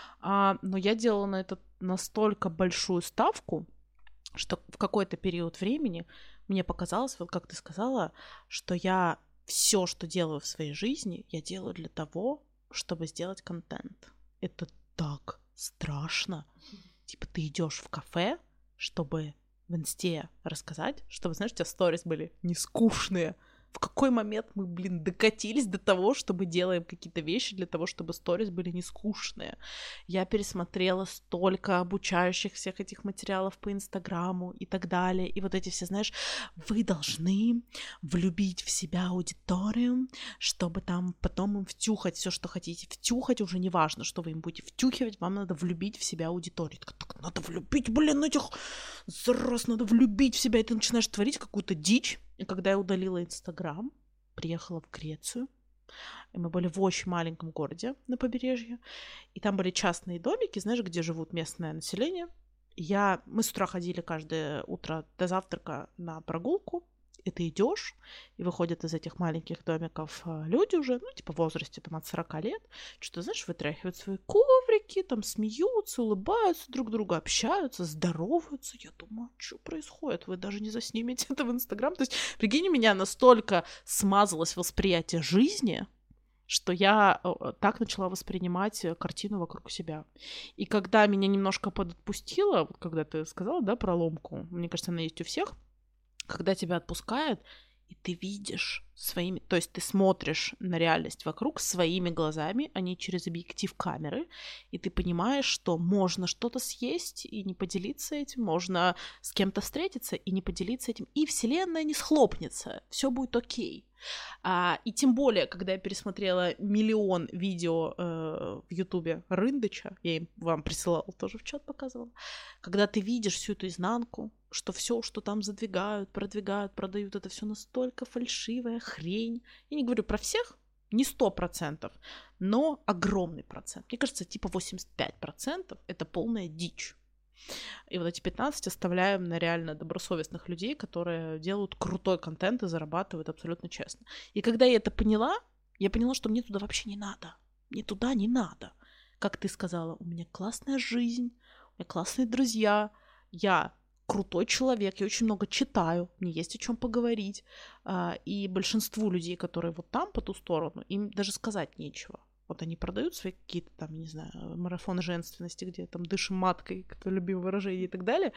Но я делала на это настолько большую ставку, что в какой-то период времени мне показалось, вот как ты сказала, что я... Все, что делаю в своей жизни, я делаю для того, чтобы сделать контент. Это так страшно. Ты идешь в кафе, чтобы в Инсте рассказать, чтобы, знаешь, у тебя сторис были не скучные. В какой момент мы, докатились до того, чтобы делаем какие-то вещи для того, чтобы сторис были не скучные. Я пересмотрела столько обучающих всех этих материалов по Инстаграму и так далее. И вот эти все, знаешь, вы должны влюбить в себя аудиторию, чтобы там потом им втюхать все, что хотите. Втюхать уже не важно, что вы им будете втюхивать, вам надо влюбить в себя аудиторию. Так надо влюбить, этих зараз надо влюбить в себя. И ты начинаешь творить какую-то дичь. И когда я удалила Инстаграм, приехала в Грецию, и мы были в очень маленьком городе на побережье, и там были частные домики, знаешь, где живут местное население. Мы с утра ходили каждое утро до завтрака на прогулку, И ты идешь, и выходят из этих маленьких домиков люди уже, в возрасте от 40 лет, что-то, знаешь, вытряхивают свои коврики, там смеются, улыбаются друг другу, общаются, здороваются. Я думаю, что происходит? Вы даже не заснимете это в Инстаграм. То есть, прикинь, у меня настолько смазалось восприятие жизни, что я так начала воспринимать картину вокруг себя. И когда меня немножко подотпустило, вот когда ты сказала, да, про ломку, мне кажется, она есть у всех, когда тебя отпускают, и ты видишь своими, то есть ты смотришь на реальность вокруг своими глазами, а не через объектив камеры, и ты понимаешь, что можно что-то съесть и не поделиться этим, можно с кем-то встретиться и не поделиться этим, и вселенная не схлопнется, все будет окей. И тем более, когда я пересмотрела миллион видео в Ютубе Рындыча, я им вам присылала, тоже в чат показывала, когда ты видишь всю эту изнанку, что все, что там задвигают, продвигают, продают, это все настолько фальшивая хрень. Я не говорю про всех, не 100%, но огромный процент. Мне кажется, типа 85% это полная дичь. И вот эти 15 оставляем на реально добросовестных людей, которые делают крутой контент и зарабатывают абсолютно честно. И когда я это поняла, я поняла, что мне туда вообще не надо. Мне туда не надо. Как ты сказала, у меня классная жизнь, у меня классные друзья, я крутой человек, я очень много читаю, мне есть о чем поговорить. И большинству людей, которые вот там, по ту сторону, им даже сказать нечего. Вот они продают свои какие-то там, не знаю, марафоны женственности, где там дышим маткой, кто любил выражение и так далее.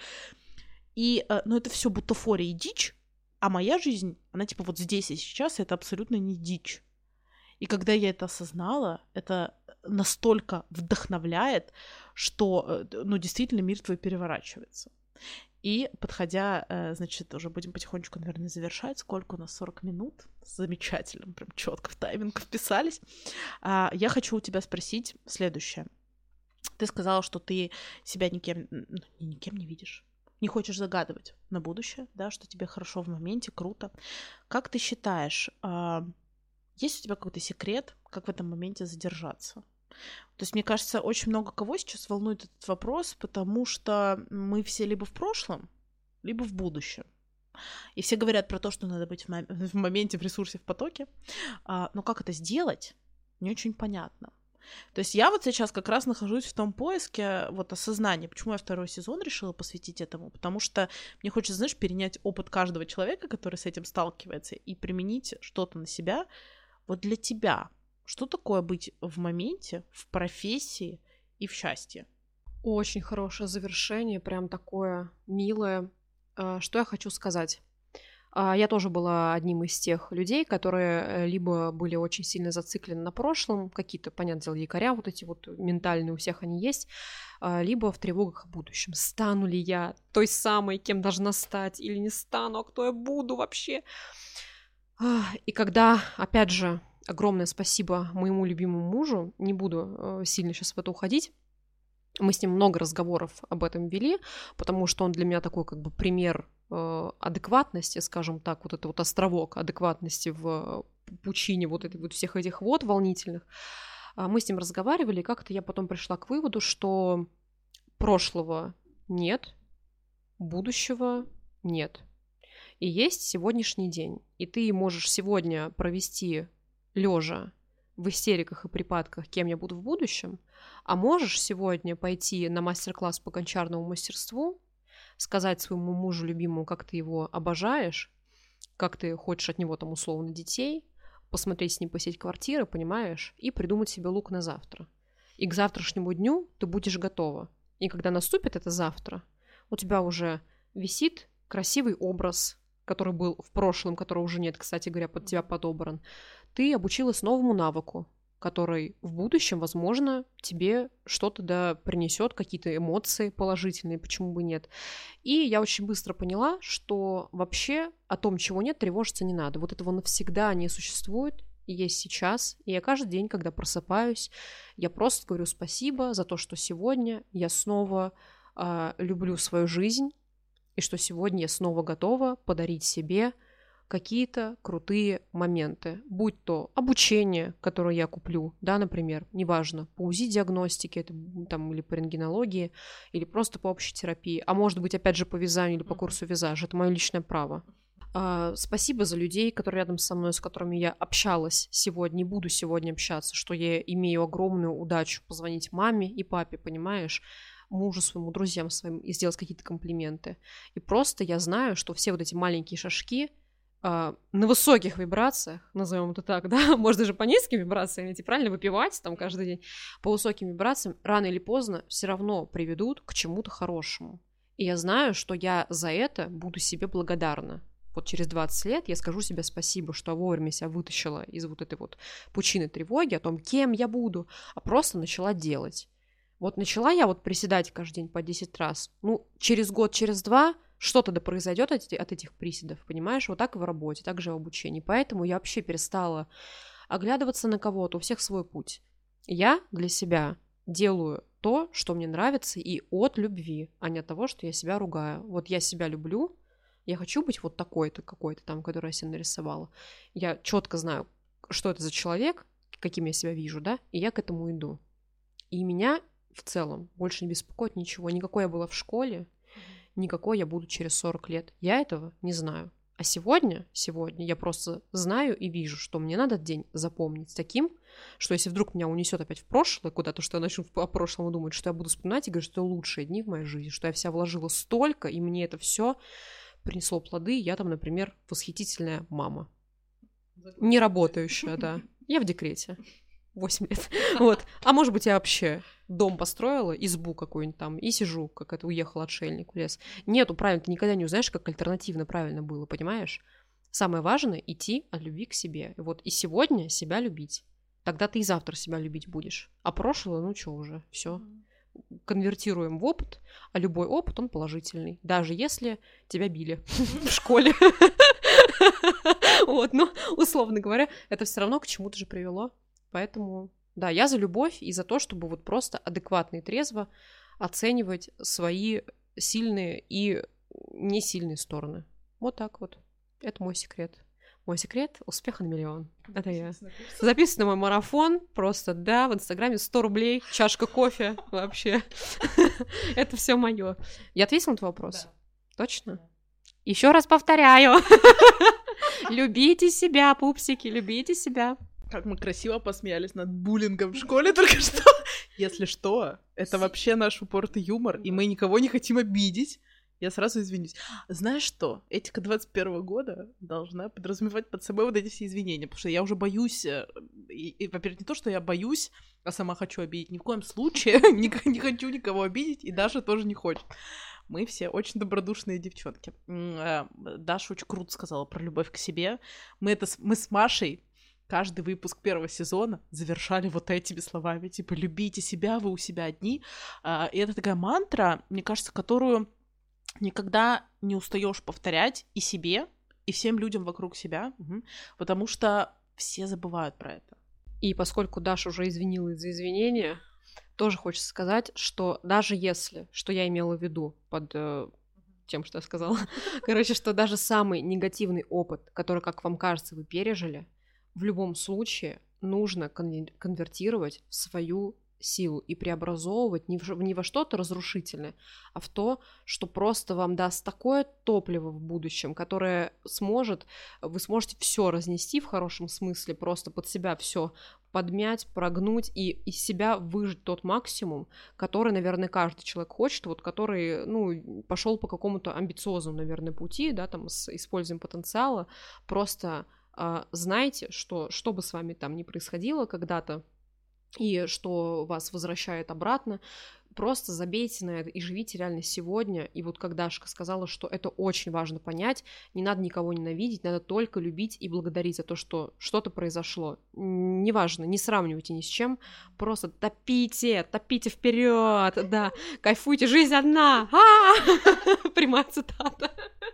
И, ну, это все бутафория и дичь, а моя жизнь, она типа вот здесь и сейчас, это абсолютно не дичь. И когда я это осознала, это настолько вдохновляет, что, ну, действительно мир твой переворачивается. И, подходя, значит, уже будем потихонечку, наверное, завершать. Сколько у нас? 40 минут. Замечательно, прям четко в тайминг вписались. Я хочу у тебя спросить следующее. Ты сказала, что ты себя никем не видишь, не хочешь загадывать на будущее, да, что тебе хорошо в моменте, круто. Как ты считаешь, есть у тебя какой-то секрет, как в этом моменте задержаться? То есть, мне кажется, очень много кого сейчас волнует этот вопрос, потому что мы все либо в прошлом, либо в будущем. И все говорят про то, что надо быть в моменте, в ресурсе, в потоке. Но как это сделать, не очень понятно. То есть я вот сейчас как раз нахожусь в том поиске вот осознания, почему я 2-й сезон решила посвятить этому, потому что мне хочется, знаешь, перенять опыт каждого человека, который с этим сталкивается, и применить что-то на себя. Вот для тебя что такое быть в моменте, в профессии и в счастье? Очень хорошее завершение, прям такое милое. Что я хочу сказать? Я тоже была одним из тех людей, которые либо были очень сильно зациклены на прошлом, какие-то, понятное дело, якоря вот эти вот ментальные, у всех они есть, либо в тревогах о будущем. Стану ли я той самой, кем должна стать, или не стану, а кто я буду вообще? И когда, опять же, огромное спасибо моему любимому мужу, не буду сильно сейчас в это уходить, мы с ним много разговоров об этом вели, потому что он для меня такой как бы пример адекватности, скажем так, вот это вот островок адекватности в пучине вот этой вот всех этих вод волнительных. Мы с ним разговаривали, и как-то я потом пришла к выводу, что прошлого нет, будущего нет. И есть сегодняшний день. И ты можешь сегодня провести лежа в истериках и припадках, кем я буду в будущем, а можешь сегодня пойти на мастер-класс по гончарному мастерству, сказать своему мужу любимому, как ты его обожаешь, как ты хочешь от него там условно детей, посмотреть с ним, посетить квартиры, понимаешь, и придумать себе лук на завтра. И к завтрашнему дню ты будешь готова. И когда наступит это завтра, у тебя уже висит красивый образ, который был в прошлом, которого уже нет, кстати говоря, под тебя подобран. Ты обучилась новому навыку, который в будущем, возможно, тебе что-то принесет, какие-то эмоции положительные, почему бы нет. И я очень быстро поняла, что вообще о том, чего нет, тревожиться не надо. Вот этого навсегда не существует, и есть сейчас. И я каждый день, когда просыпаюсь, я просто говорю спасибо за то, что сегодня я снова люблю свою жизнь, и что сегодня я снова готова подарить себе какие-то крутые моменты, будь то обучение, которое я куплю, да, например, неважно, по УЗИ-диагностике, это, там, или по рентгенологии, или просто по общей терапии, а может быть, опять же, по вязанию или по курсу вязажа, это мое личное право. Спасибо за людей, которые рядом со мной, с которыми я общалась сегодня, буду сегодня общаться, что я имею огромную удачу позвонить маме и папе, понимаешь, мужу своему, друзьям своим и сделать какие-то комплименты. И просто я знаю, что все вот эти маленькие шажки на высоких вибрациях, назовем это так, да, можно же по низким вибрациям, ведь правильно выпивать там каждый день, по высоким вибрациям рано или поздно все равно приведут к чему-то хорошему. И я знаю, что я за это буду себе благодарна. Вот через 20 лет я скажу себе спасибо, что вовремя себя вытащила из вот этой вот пучины тревоги о том, кем я буду, а просто начала делать. Вот начала я вот приседать каждый день по 10 раз. Ну, через год, через 2 что-то да произойдет от этих приседов, понимаешь? Вот так и в работе, так же и в обучении. Поэтому я вообще перестала оглядываться на кого-то, у всех свой путь. Я для себя делаю то, что мне нравится, и от любви, а не от того, что я себя ругаю. Вот я себя люблю, я хочу быть вот такой-то, какой-то там, который я себе нарисовала. Я четко знаю, что это за человек, каким я себя вижу, да, и я к этому иду. И меня в целом больше не беспокоит ничего. Никакой я была в школе, никакой я буду через 40 лет. Я этого не знаю. А сегодня я просто знаю и вижу, что мне надо день запомнить таким, что если вдруг меня унесет опять в прошлое куда-то, что я начну о прошлом думать, что я буду вспоминать и говорить, что это лучшие дни в моей жизни, что я вся вложила столько, и мне это все принесло плоды. Я там, например, восхитительная мама. Не работающая, да. Я в декрете. 8 лет. Вот. А может быть, я вообще дом построила, избу какую-нибудь там, и сижу, как это уехал отшельник в лес. Нету, правильно, ты никогда не узнаешь, как альтернативно правильно было, понимаешь? Самое важное — идти от любви к себе. Вот и сегодня себя любить. Тогда ты и завтра себя любить будешь. А прошлое, ну что уже, все. Конвертируем в опыт, а любой опыт, он положительный. Даже если тебя били в школе. Вот, но, условно говоря, это все равно к чему-то же привело. Поэтому, да, я за любовь и за то, чтобы вот просто адекватно и трезво оценивать свои сильные и не сильные стороны. Вот так вот. Это мой секрет. Мой секрет — успеха на миллион. Это я. Записывай на мой марафон. Просто, да, в Инстаграме 100 рублей, чашка кофе вообще. Это все мое. Я ответила на твой вопрос? Точно? Еще раз повторяю. Любите себя, пупсики, любите себя. Как мы красиво посмеялись над буллингом в школе только что. Если что, это вообще наш упоротый юмор, и мы никого не хотим обидеть. Я сразу извинюсь. Знаешь что? Этика 21 года должна подразумевать под собой вот эти все извинения, потому что я уже боюсь, и во-первых, не то, что я боюсь, а сама хочу обидеть. Ни в коем случае не хочу никого обидеть, и Даша тоже не хочет. Мы все очень добродушные девчонки. Даша очень круто сказала про любовь к себе. Мы с Машей каждый выпуск первого сезона завершали вот этими словами, типа «любите себя, вы у себя одни». И это такая мантра, мне кажется, которую никогда не устаешь повторять и себе, и всем людям вокруг себя, потому что все забывают про это. И поскольку Даша уже извинилась за извинения, тоже хочется сказать, что даже если, что я имела в виду под тем, что я сказала, короче, что даже самый негативный опыт, который, как вам кажется, вы пережили, в любом случае нужно конвертировать в свою силу и преобразовывать не во что-то разрушительное, а в то, что просто вам даст такое топливо в будущем, которое вы сможете все разнести в хорошем смысле, просто под себя все подмять, прогнуть и из себя выжать тот максимум, который, наверное, каждый человек хочет, вот который, пошел по какому-то амбициозному, наверное, пути, да, там, с использованием потенциала, просто знайте, что бы с вами там ни происходило когда-то, и что вас возвращает обратно, просто забейте на это и живите реально сегодня. И вот как Дашка сказала, что это очень важно понять, не надо никого ненавидеть, надо только любить и благодарить за то, что что-то произошло. Неважно, не сравнивайте ни с чем, просто топите вперед, да, кайфуйте, жизнь одна. Прямая цитата.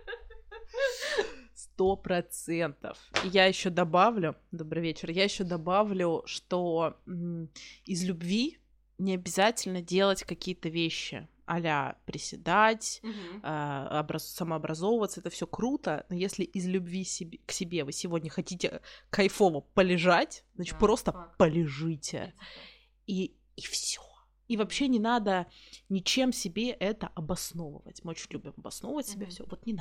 100%. И я еще добавлю, добрый вечер, что из любви не обязательно делать какие-то вещи, а-ля приседать, самообразовываться, это все круто, но если из любви к себе вы сегодня хотите кайфово полежать, значит, просто полежите. И все. И вообще не надо ничем себе это обосновывать. Мы очень любим обосновывать себе все. Вот не надо.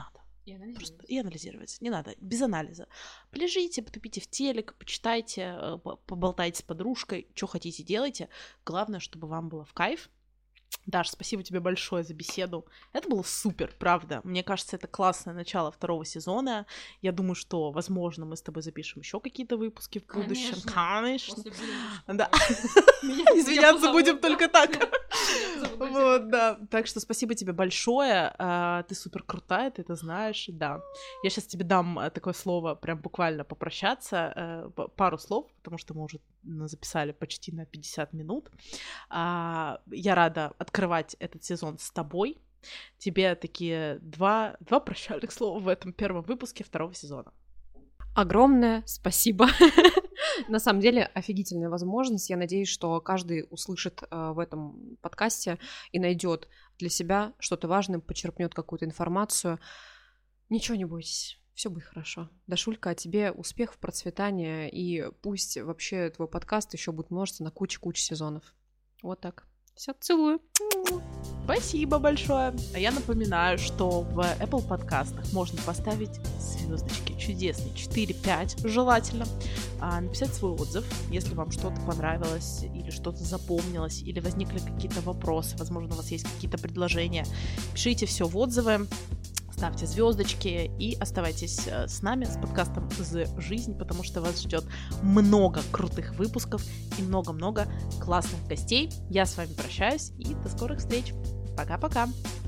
Просто и анализировать. Не надо, без анализа. Полежите, потупите в телек, почитайте, поболтайте с подружкой, что хотите, делайте. Главное, чтобы вам было в кайф. Даш, спасибо тебе большое за беседу. Это было супер, правда. Мне кажется, это классное начало 2 сезона. Я думаю, что, возможно, мы с тобой запишем еще какие-то выпуски в будущем. Конечно. Да. Извиняться будем только так. Вот, да. Так что спасибо тебе большое. Ты супер крутая, ты это знаешь. Да. Я сейчас тебе дам такое слово, прям буквально попрощаться. Пару слов, потому что мы уже записали почти на 50 минут. Я рада открывать этот сезон с тобой. Тебе такие два прощальных слова в этом первом выпуске 2 сезона. Огромное спасибо. На самом деле, офигительная возможность. Я надеюсь, что каждый услышит в этом подкасте и найдет для себя что-то важное, почерпнет какую-то информацию. Ничего не бойтесь. Все будет хорошо. Дашулька, а тебе успехов, процветания, и пусть вообще твой подкаст еще будет множиться на кучу сезонов. Вот так. Все, целую. Спасибо большое. А я напоминаю, что в Apple подкастах можно поставить звездочки чудесные, 4-5 желательно, написать свой отзыв, если вам что-то понравилось, или что-то запомнилось, или возникли какие-то вопросы, возможно, у вас есть какие-то предложения. Пишите все в отзывы. Ставьте звездочки и оставайтесь с нами, с подкастом «The Жизнь», потому что вас ждет много крутых выпусков и много-много классных гостей. Я с вами прощаюсь и до скорых встреч. Пока-пока!